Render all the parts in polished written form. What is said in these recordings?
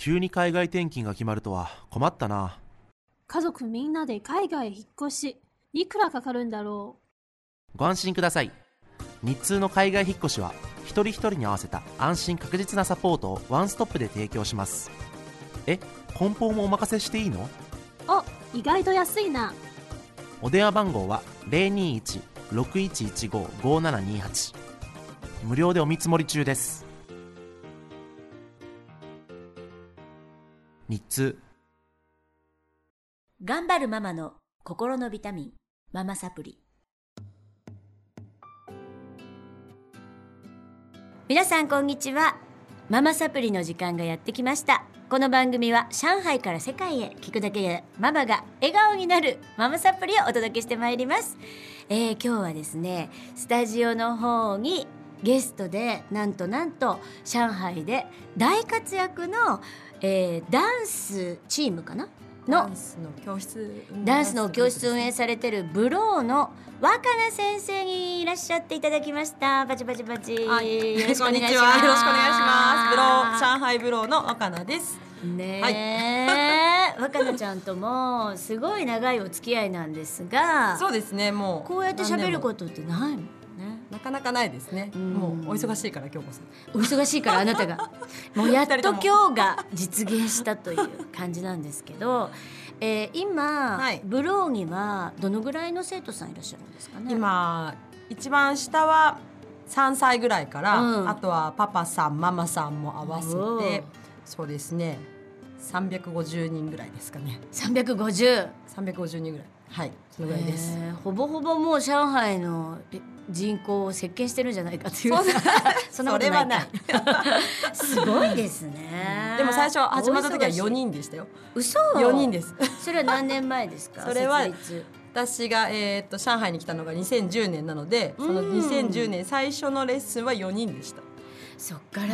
急に海外転勤が決まるとは困ったな。 家族みんなで海外へ引っ越し、いくらかかるんだろご安心ください。日通の海外引っ越しは一人一人に合わせた安心確実なサポートをワンストップで提供します。梱包もお任せしていいの？ う。意外と安いな。 お電話番号は 021-6115-5728。 無料でお見積もり中です。日通。 頑張るママの心のビタミン、ママサプリ。皆さんこんにちは。ママサプリの時間がやってきました。この番組は上海から世界へ、聞くだけでママが笑顔になるママサプリをお届けしてまいります。今日はですね、スタジオの方にゲストでなんと上海で大活躍の、ダンスチームかなのダンスの教室運営されてるブローの若菜先生にいらっしゃっていただきました。パチパチパチ、 はい、 よろしくお願いします。 こんにちは、よろしくお願いします。ブロー、上海ブローの若菜ですね。 はい、 若菜ちゃんともすごい長いお付き合いなんですが、 そうですね、もうこうやって喋ることってないもんね。 なかなかないですね。もうお忙しいから、京子さんお忙しいからあなたがもうやっと今日が実現したという感じなんですけど、今、 はい、 ブローにはどのぐらいの生徒さんいらっしゃるんですかね。 今一番下は3歳ぐらいから、あとはパパさんママさんも合わせて、そうですね、350人ぐらいですかね。350人ぐらい、はい、そのぐらいです。 ほぼほぼもう上海の人口を席巻してるんじゃないかという。そんなことないか。すごいですね。 でも最初始まった時は4人でしたよ。 嘘 ？4人です。 それは何年前ですか？ それは私が、上海に来たのが2010年なので、その2010年最初のレッスンは4人でした。 そっから、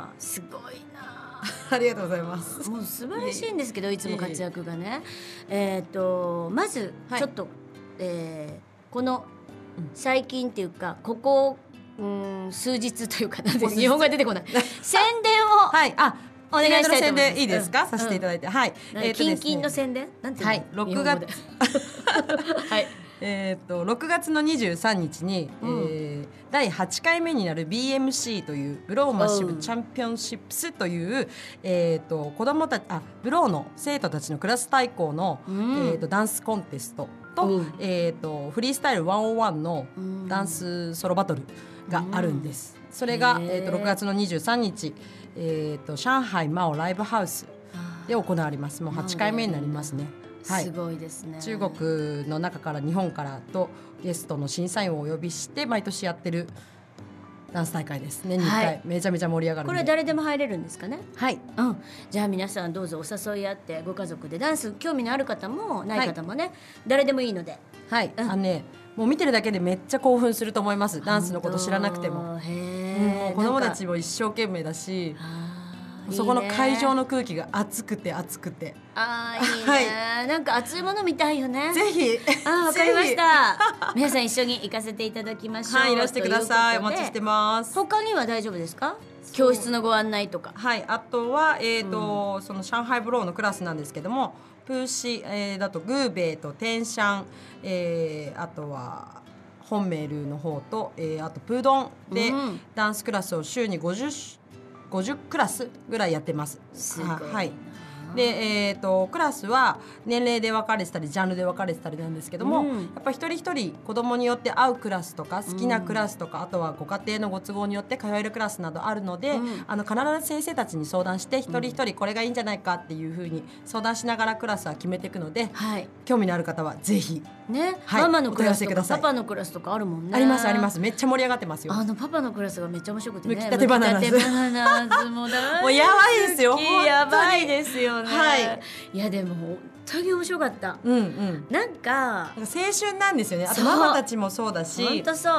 すごいな。 ありがとうございます。 もう素晴らしいんですけど、いつも活躍がね。まずちょっと、この最近っていうか、ここ数日というか、日本語が出てこない宣伝を、はい、お願いしたいと思います。 宣伝いいですか？させていただいて、はい、 キンキンの宣伝なんていうの？ はい、6月はい、6月の23日に、第8回目になる BMC というブローマッシブチャンピオンシップスという、子どもたちブローの生徒たちのクラス対抗の、ダンスコンテストと、フリースタイル101のダンスソロバトルがあるんです。それが、6月の23日、上海マオライブハウスで行われます。もう8回目になりますね。はい、 すごいですね。 中国の中から日本からとゲストの審査員をお呼びして毎年やってるダンス大会です。年に1回、はい、めちゃめちゃ盛り上がるんで。 これは誰でも入れるんですかね？ はい、 じゃあ皆さんどうぞお誘いあって、ご家族でダンス興味のある方もない方もね、誰でもいいので、 はい、もう見てるだけでめっちゃ興奮すると思います。ダンスのこと知らなくても。もう子供たちも一生懸命だし、そこの会場の空気が熱くて熱くて、いいね、 はい、なんか熱いもの見たいよね。 ぜひ。 わかりました皆さん一緒に行かせていただきましょう。 はい、いらしてください。お待ちしてます。 他には大丈夫ですか？教室のご案内とか。 はい、あとは、その上海ブローのクラスなんですけども、プーシー、だとグーベイとテンシャン、あとは本メールの方と、あとプードンで、ダンスクラスを週に50クラスぐらいやってます。 すごいな。 はい、で、クラスは年齢で分かれてたりジャンルで分かれてたりなんですけども、やっぱり一人一人子供によって合うクラスとか好きなクラスとか、あとはご家庭のご都合によって通えるクラスなどあるので、必ず先生たちに相談して一人一人これがいいんじゃないかっていうふうに相談しながらクラスは決めていくので、興味のある方はぜひね、ママのクラスとかパパのクラスとかあるもんね。 ありますあります。めっちゃ盛り上がってますよ。 パパのクラスがめっちゃ面白くてね。 むきたてバナナズもうやばいですよ。 やばいですよね。 はい。 いやでも本当に面白かった。なんか青春なんですよね。あとママたちもそうだし。 本当そう。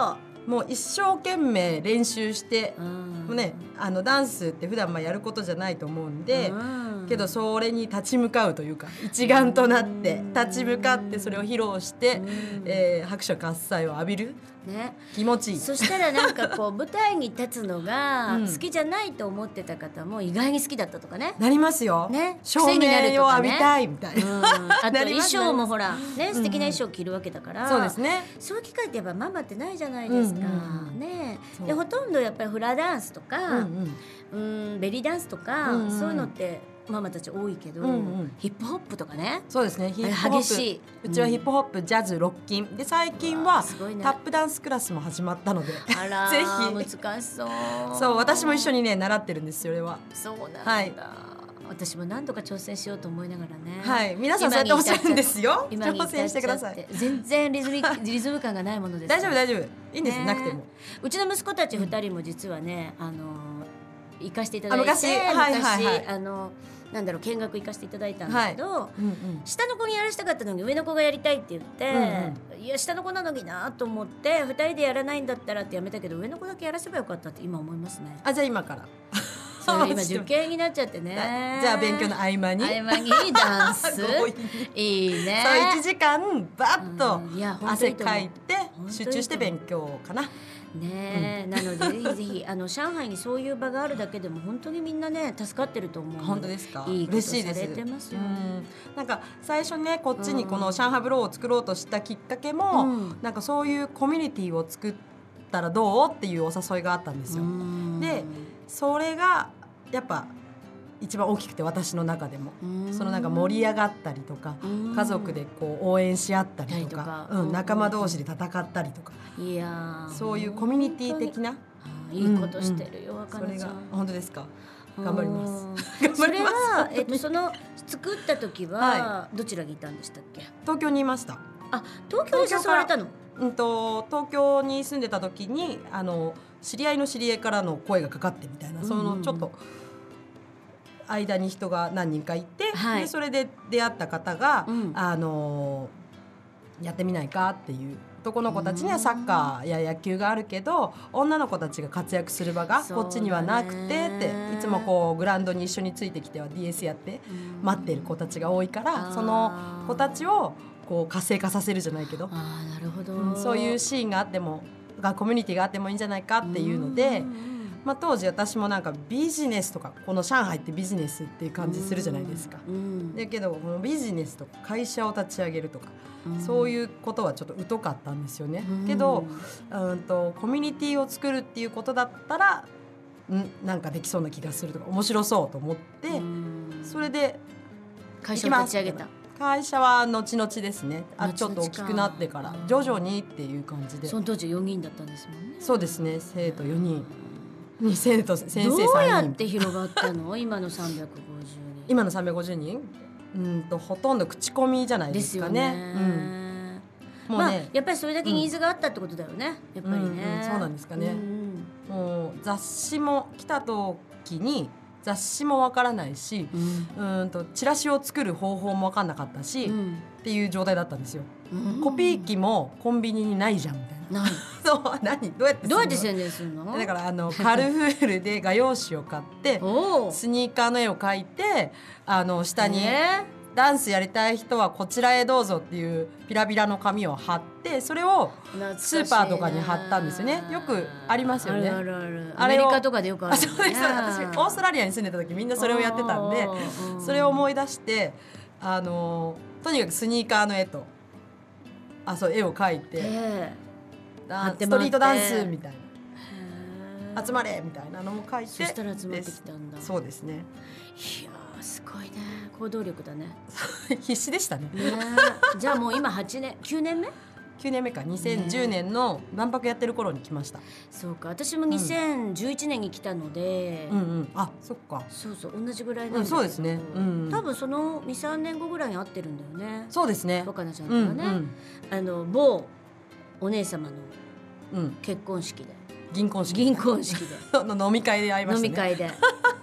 もう一生懸命練習してうんね、ダンスって普段やることじゃないと思うんで、 うんけどそれに立ち向かうというか一丸となって立ち向かってそれを披露して、拍手喝采を浴びるね、 気持ちいい。 そしたらなんかこう舞台に立つのがうん好きじゃないと思ってた方も意外に好きだったとかね。 なりますよ、 ね照明を浴びたいみたいな、 あとなります衣装もほらね素敵な衣装着るわけだから、 そうですね。 そういう機会ってやっぱママってないじゃないですか、 うんうんねそうでほとんどやっぱりフラダンスとか、ベリーダンスとか、 うんうんそういうのってママたち多いけど、 うんうんヒップホップとかねそうですね。ヒップホップ激しい、 うちはヒップホップ、ジャズ、ロッキンで最近はすごいねタップダンスクラスも始まったのであらぜひ難しそう。 そう私も一緒にね習ってるんですそれは。 そうなんだ、 はい私も何度か挑戦しようと思いながらね。 はい皆さんそうやっておっしゃるんですよ。 今に至っちゃって挑戦してください。 全然リズム感がないものです。 大丈夫大丈夫いいんです、 ねなくても。 うちの息子たち2人も実はね、行かせていただいて、 昔はいはいはいなんだろう見学行かせていただいたんだけど、 うんうん下の子にやらせたかったのに上の子がやりたいって言って、いや下の子なのになと思って2人でやらないんだったらってやめたけど上の子だけやらせばよかったって今思いますね。 あじゃあ今からそれ今受験になっちゃってね。 じゃあ勉強の合間に合間にダンス強引にいいね。 そう1時間バッとうんいや本当い汗いと思うかいて集中して勉強かな。 ねえ、なのでぜひぜひ上海にそういう場があるだけでも本当にみんなね助かってると思う。 本当ですか。 いいこと嬉しいです。 されてますよ。 なんか最初ねこっちにこの上海ブローを作ろうとしたきっかけも、 うんなんかそういうコミュニティを作ったらどうっていうお誘いがあったんですよ。でそれがやっぱ一番大きくて私の中でもそのなんか盛り上がったりとか家族でこう応援し合ったりとか仲間同士で戦ったりとかいやそういうコミュニティ的な、 いいことしてるよ、 それが若菜ちゃん。 本当ですか。頑張りますうんそれ頑張りますはその作った時ははどちらにいたんでしたっけ？ 東京にいました。 あ、東京に誘われたの？ 東京に住んでた時に知り合いの知り合いからの声がかかってみたいな、そのちょっと間に人が何人かいて、 はいでそれで出会った方が、 うんやってみないかっていう。男の子たちにはサッカーや野球があるけど女の子たちが活躍する場がこっちにはなくてっていつもこうグラウンドに一緒についてきては DS やって待ってる子たちが多いからその子たちをこう活性化させるじゃないけど、 あーなるほど、 そういうシーンがあってもコミュニティがあってもいいんじゃないかっていうので、当時私もなんかビジネスとかこの上海ってビジネスっていう感じするじゃないですか。だけどこのビジネスとか会社を立ち上げるとかそういうことはちょっと疎かったんですよね。けどコミュニティを作るっていうことだったらなんかできそうな気がするとか面白そうと思ってそれで会社を立ち上げた。 会社は後々ですね。ちょっと大後々かきくなってから徐々にっていう感じで。 その当時4人だったんですもんね。 そうですね。生徒4人に生徒先生3人。 どうやって広がったの？今の350人。 今の350人ほとんど口コミじゃないですかね。もうね、 やっぱりそれだけニーズがあったってことだよね。やっぱりね。 そうなんですかね。もう雑誌も来た時に雑誌もわからないし、チラシを作る方法もわかんなかったし、っていう状態だったんですよ。コピー機もコンビニにないじゃんみたいな。 ない。 そうどうやって宣伝するの？ だからカルフールで画用紙を買ってスニーカーの絵を描いて下にダンスやりたい人はこちらへどうぞっていうピラピラの紙を貼ってそれをスーパーとかに貼ったんですよね。よくありますよね。 あるある。アメリカとかでよくある。 そうです。私オーストラリアに住んでた時みんなそれをやってたんでそれを思い出してとにかくスニーカーの絵とそう絵を描いてストリートダンスみたいな集まれみたいなのも描いてそしたら集まってきたんだ。 そうですね。 いやすごいね。行動力だね。 必死でしたね。 じゃあもう今8年9年目 9年目か2010年の万博やってる頃に来ました。 そうか私も2011年に来たので、 あそっかそう同じぐらいなんだけど、 そうですね、 多分その 2,3 年後ぐらいに会ってるんだよね。 そうですね。 若菜ちゃんとはね、某お姉様の結婚式で、 銀婚式での飲み会で会いましたね。 飲み会で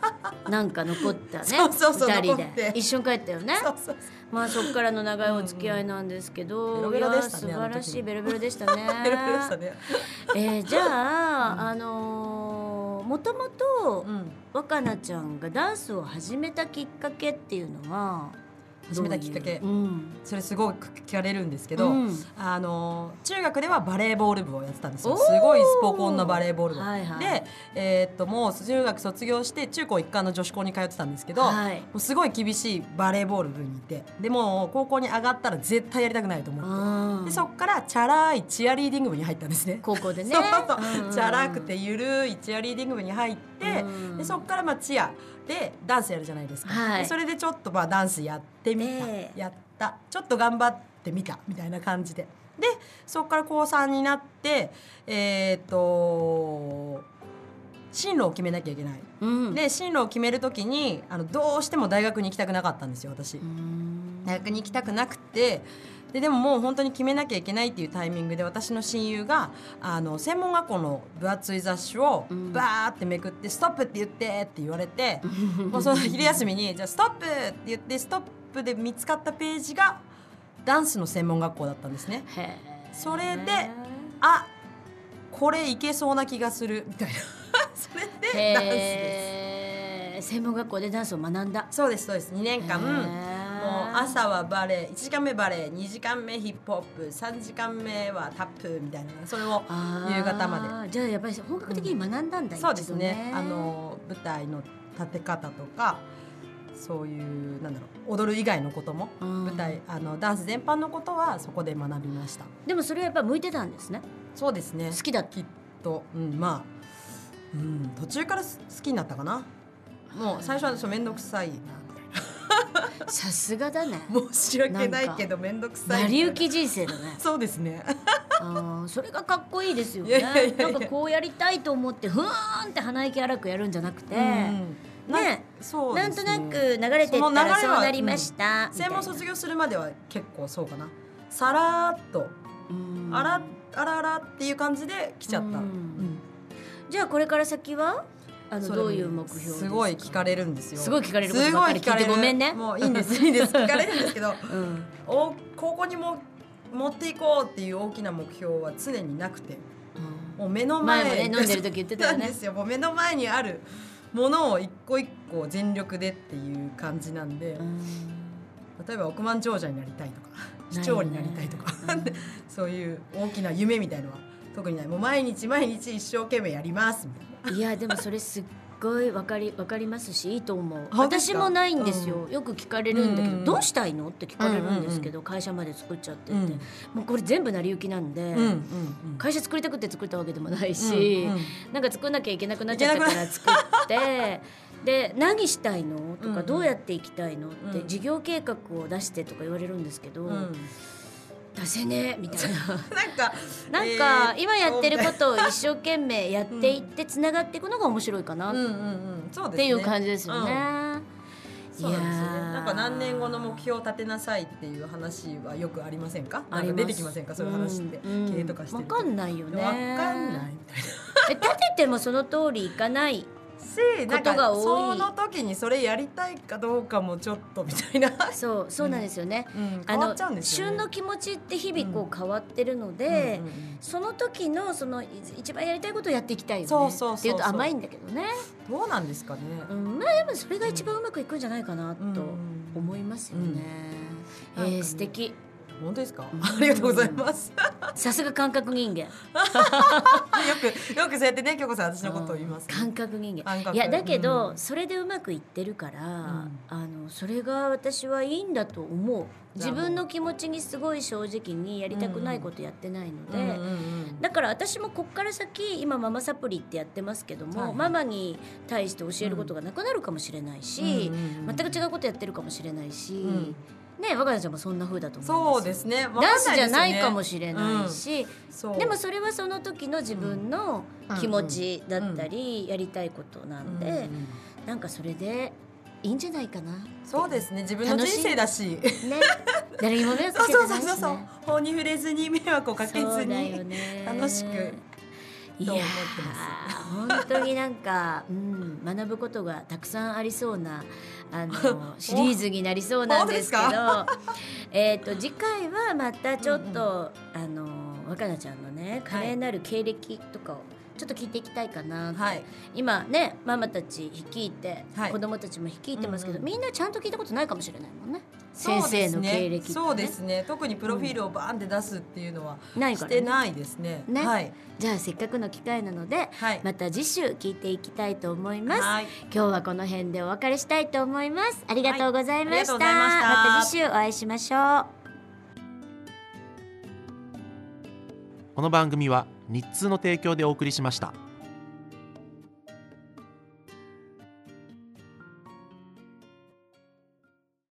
なんか残ったねそうそうそう 2人残ってで一緒に帰ったよね。 そうそうまあそっからの長いお付き合いなんですけど、 ベロベロでしたねいや素晴らしい、 あの時ベロベロでしたねベロベロでしたね。 じゃあ、もともとうん若菜ちゃんがダンスを始めたきっかけっていうのは始めたきっかけどういう、 それすごい聞かれるんですけど、 うん中学ではバレーボール部をやってたんですよ。 おーすごいスポコンのバレーボール部、 はいはいで、もう中学卒業して中高一貫の女子校に通ってたんですけど、 はいもうすごい厳しいバレーボール部にいて、でも高校に上がったら絶対やりたくないと思って、 うんでそっからチャラいチアリーディング部に入ったんですね。 高校でねそうそううんチャラくてゆるいチアリーディング部に入って、 うんでそっからチアでダンスやるじゃないですか、 はいでそれでちょっとダンスやってみた、やったちょっと頑張ってみたみたいな感じで、でそっから高3になって進路を決めなきゃいけない、 うんで進路を決めるときにどうしても大学に行きたくなかったんですよ私、大学に行きたくなくて、でももう本当に決めなきゃいけないっていうタイミングで私の親友が専門学校の分厚い雑誌をバーってめくって「ストップって言って」って言われて、もうその昼休みに「じゃあストップ!」って言ってストップで見つかったページがダンスの専門学校だったんですね。 へーそれであこれいけそうな気がするみたいなそれでダンスです。 専門学校でダンスを学んだ。 そうですそうです2年間へーもう朝はバレエ1時間目バレエ2時間目ヒップホップ3時間目はタップみたいなそれを夕方まで。じゃあやっぱり本格的に学んだんだ、 そうですね一度舞台の立て方とかそういう踊る以外のことも舞台ダンス全般のことはそこで学びました。 でもそれはやっぱ向いてたんですね。 そうですね好きだったきっと、途中から好きになったかな。もう最初は面倒くさいなさすがだね。 申し訳ないけど面倒くさい成り行き人生だねそうですねそれがかっこいいですよね。 いやいやいやいやなんかこうやりたいと思ってふーんって鼻息荒くやるんじゃなくて、 そうなんとですねなく流れてったらそうなりました。 専門卒業するまでは結構そうかなさらっとあらあらっていう感じで来ちゃった。 じゃあこれから先はどういう目標ですか？ すごい聞かれるんですよ。 すごい聞かれることばっかり聞いてごめんね。 もういいんですいいんです聞かれるんですけど、高校にも持っていこうっていう大きな目標は常になくて、もう目の前前もね飲んでる時言ってたよね。 なんですよ。もう目の前にあるものを一個一個全力でっていう感じなんで、例えば億万長者になりたいとか市長になりたいとかそういう大きな夢みたいのは特にない。もう毎日毎日一生懸命やりますみたいな。 いやでもそれすっごいわかりますしいいと思う。 本当ですか？ 私もないんですよ、よく聞かれるんだけど、どうしたいのって聞かれるんですけど、会社まで作っちゃってって、もうこれ全部成り行きなんで、会社作りたくて作ったわけでもないし、なんか作んなきゃいけなくなっちゃったから作ってで何したいのとか、どうやっていきたいのって事業計画を出してとか言われるんですけど、出せねえみたいななんか今やってることを一生懸命やっていってつながっていくのが面白いかなっていう感じですよね。 そうなんですよね。なんか何年後の目標を立てなさいっていう話はよくありませんか？なんか出てきませんか？そういう話って経営とかしてると。 分かんないよね。 分かんないみたいな。 立ててもその通りいかないことが多い。その時にそれやりたいかどうかもちょっとみたいな。 そうなんですよね。 変わっちゃうんですよね。 旬の気持ちって日々こう変わってるので、その時のその一番やりたいことをやっていきたいよねっていうと甘いんだけどね。 どうなんですかね。 まあでもそれが一番うまくいくんじゃないかなと思いますよね。素敵。 本当ですか？ありがとうございます。 さすが感覚人間。よくそうやってね、京子さん私のことを言います。 感覚人間。いやだけどそれでうまくいってるから、それが私はいいんだと思う。自分の気持ちにすごい正直にやりたくないことやってないので、だから私もこっから先今ママサプリってやってますけども、ママに対して教えることがなくなるかもしれないし、全く違うことやってるかもしれないし。ね、若菜ちゃんもそんな風だと思うんですよ。そうですね。ダンスじゃないかもしれないし、でもそれはその時の自分の気持ちだったりやりたいことなんで、なんかそれでいいんじゃないかな。 そうですね。自分の人生だし、ね、 誰にも迷惑かけてないしね。 法に触れずに迷惑をかけずに楽しく。 と思ってます。 本当になんか、学ぶことがたくさんありそうなシリーズになりそうなんですけど次回はまたちょっと、若菜ちゃんのね華麗なる経歴とかをちょっと聞いていきたいかなって、今ねママたち率いて、子供たちも率いてますけど、みんなちゃんと聞いたことないかもしれないもんね、先生の経歴ってね。 そうですね、特にプロフィールをバーンって出すっていうのはしてないですね。 じゃあせっかくの機会なので、また次週聞いていきたいと思います。今日はこの辺でお別れしたいと思います。ありがとうございました。また次週お会いしましょう。 この番組は日通の提供でお送りしました。